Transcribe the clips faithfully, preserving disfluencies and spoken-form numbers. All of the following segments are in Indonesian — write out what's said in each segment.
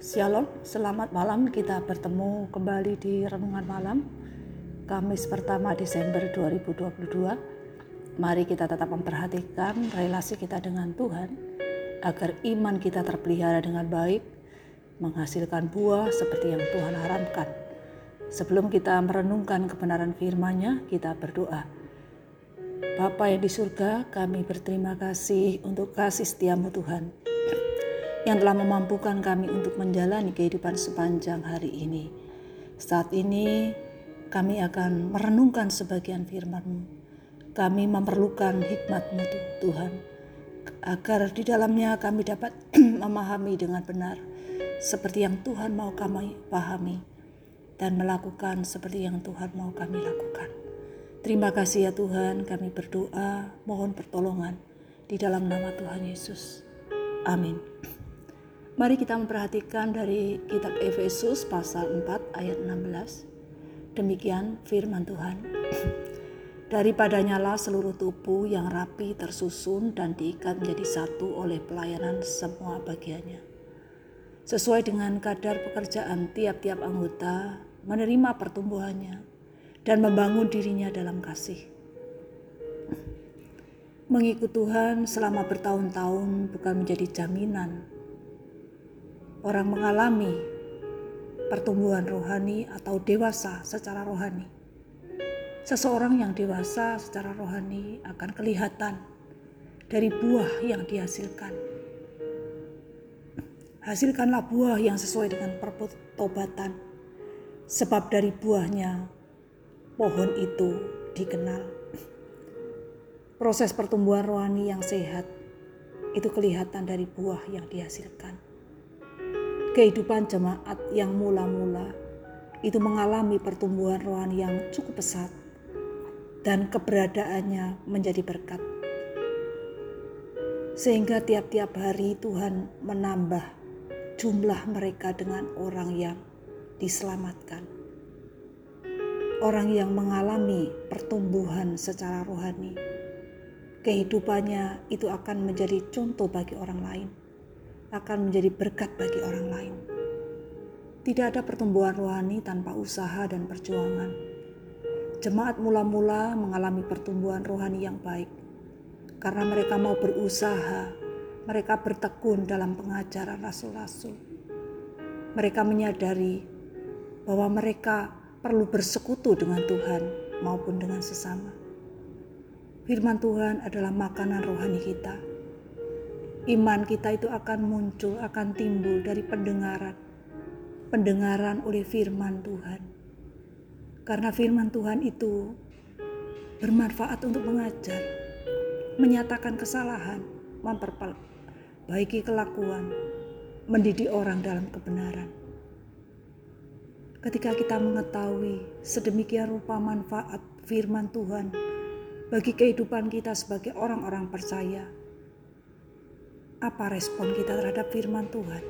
Shalom, selamat malam. Kita bertemu kembali di Renungan Malam Kamis pertama Desember dua ribu dua puluh dua. Mari kita tetap memperhatikan relasi kita dengan Tuhan agar iman kita terpelihara dengan baik, menghasilkan buah seperti yang Tuhan harapkan. Sebelum kita merenungkan kebenaran firman-Nya, kita berdoa. Bapa yang di surga, kami berterima kasih untuk kasih setiamu Tuhan, yang telah memampukan kami untuk menjalani kehidupan sepanjang hari ini. Saat ini kami akan merenungkan sebagian firman-Mu. Kami memerlukan hikmat-Mu Tuhan, agar di dalamnya kami dapat memahami dengan benar seperti yang Tuhan mau kami pahami dan melakukan seperti yang Tuhan mau kami lakukan. Terima kasih ya Tuhan, kami berdoa mohon pertolongan di dalam nama Tuhan Yesus. Amin. Mari kita memperhatikan dari kitab Efesus pasal empat ayat enam belas. Demikian firman Tuhan. Daripadanya lah seluruh tubuh yang rapi tersusun dan diikat menjadi satu oleh pelayanan semua bagiannya. Sesuai dengan kadar pekerjaan tiap-tiap anggota, menerima pertumbuhannya dan membangun dirinya dalam kasih. Mengikut Tuhan selama bertahun-tahun bukan menjadi jaminan orang mengalami pertumbuhan rohani atau dewasa secara rohani. Seseorang yang dewasa secara rohani akan kelihatan dari buah yang dihasilkan. Hasilkanlah buah yang sesuai dengan pertobatan, sebab dari buahnya pohon itu dikenal. Proses pertumbuhan rohani yang sehat itu kelihatan dari buah yang dihasilkan. Kehidupan jemaat yang mula-mula itu mengalami pertumbuhan rohani yang cukup pesat dan keberadaannya menjadi berkat. Sehingga tiap-tiap hari Tuhan menambah jumlah mereka dengan orang yang diselamatkan. Orang yang mengalami pertumbuhan secara rohani, kehidupannya itu akan menjadi contoh bagi orang lain, akan menjadi berkat bagi orang lain. Tidak ada pertumbuhan rohani tanpa usaha dan perjuangan. Jemaat mula-mula mengalami pertumbuhan rohani yang baik karena mereka mau berusaha, mereka bertekun dalam pengajaran rasul-rasul. Mereka menyadari bahwa mereka perlu bersekutu dengan Tuhan maupun dengan sesama. Firman Tuhan adalah makanan rohani kita. Iman kita itu akan muncul, akan timbul dari pendengaran. Pendengaran oleh firman Tuhan. Karena firman Tuhan itu bermanfaat untuk mengajar, menyatakan kesalahan, memperbaiki kelakuan, mendidik orang dalam kebenaran. Ketika kita mengetahui sedemikian rupa manfaat firman Tuhan bagi kehidupan kita sebagai orang-orang percaya, apa respon kita terhadap firman Tuhan?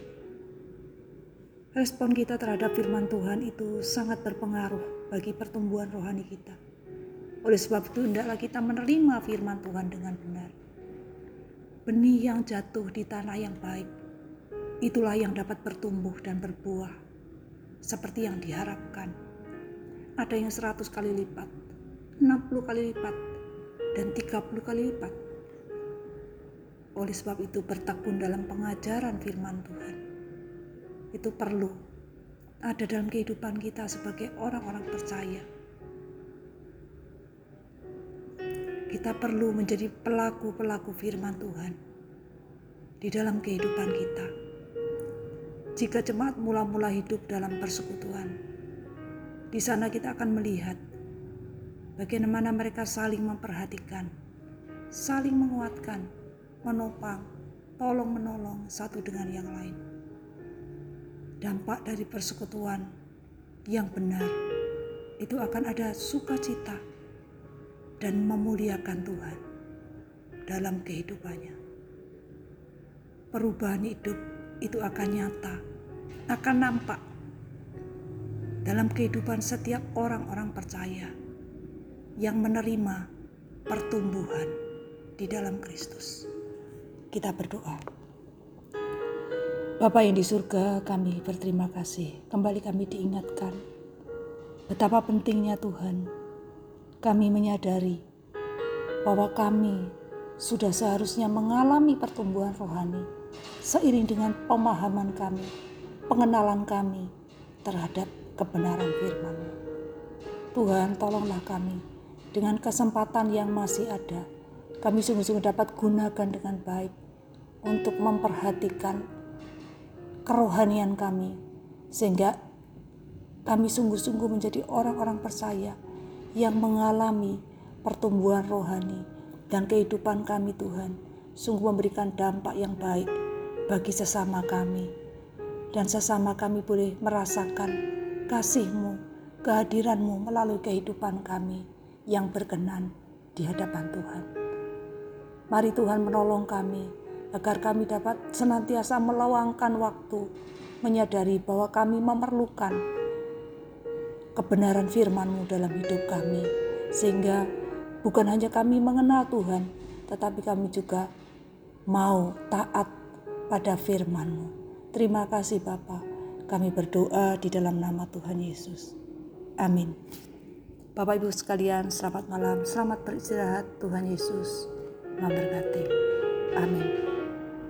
Respon kita terhadap firman Tuhan itu sangat berpengaruh bagi pertumbuhan rohani kita. Oleh sebab itu, hendaklah kita menerima firman Tuhan dengan benar. Benih yang jatuh di tanah yang baik, itulah yang dapat bertumbuh dan berbuah seperti yang diharapkan. Ada yang seratus kali lipat, enam puluh kali lipat, dan tiga puluh kali lipat. Oleh sebab itu bertekun dalam pengajaran firman Tuhan itu perlu ada dalam kehidupan kita sebagai orang-orang percaya. Kita perlu menjadi pelaku-pelaku firman Tuhan di dalam kehidupan kita. Jika jemaat mula-mula hidup dalam persekutuan, di sana kita akan melihat bagaimana mereka saling memperhatikan, saling menguatkan, menopang, tolong-menolong satu dengan yang lain. Dampak dari persekutuan yang benar itu akan ada sukacita dan memuliakan Tuhan dalam kehidupannya. Perubahan hidup itu akan nyata, akan nampak dalam kehidupan setiap orang-orang percaya yang menerima pertumbuhan di dalam Kristus. Kita berdoa. Bapa yang di surga, kami berterima kasih. Kembali kami diingatkan betapa pentingnya Tuhan. Kami menyadari bahwa kami sudah seharusnya mengalami pertumbuhan rohani seiring dengan pemahaman kami, pengenalan kami terhadap kebenaran firman-Mu. Tuhan, tolonglah kami dengan kesempatan yang masih ada. Kami sungguh-sungguh dapat gunakan dengan baik untuk memperhatikan kerohanian kami, sehingga kami sungguh-sungguh menjadi orang-orang percaya yang mengalami pertumbuhan rohani, dan kehidupan kami Tuhan sungguh memberikan dampak yang baik bagi sesama kami, dan sesama kami boleh merasakan kasih-Mu, kehadiran-Mu melalui kehidupan kami yang berkenan di hadapan Tuhan. Mari Tuhan menolong kami agar kami dapat senantiasa meluangkan waktu menyadari bahwa kami memerlukan kebenaran firman-Mu dalam hidup kami, sehingga bukan hanya kami mengenal Tuhan, tetapi kami juga mau taat pada firman-Mu. Terima kasih Bapa. Kami berdoa di dalam nama Tuhan Yesus. Amin. Bapak Ibu sekalian, selamat malam, selamat beristirahat. Tuhan Yesus memberkati. Amin.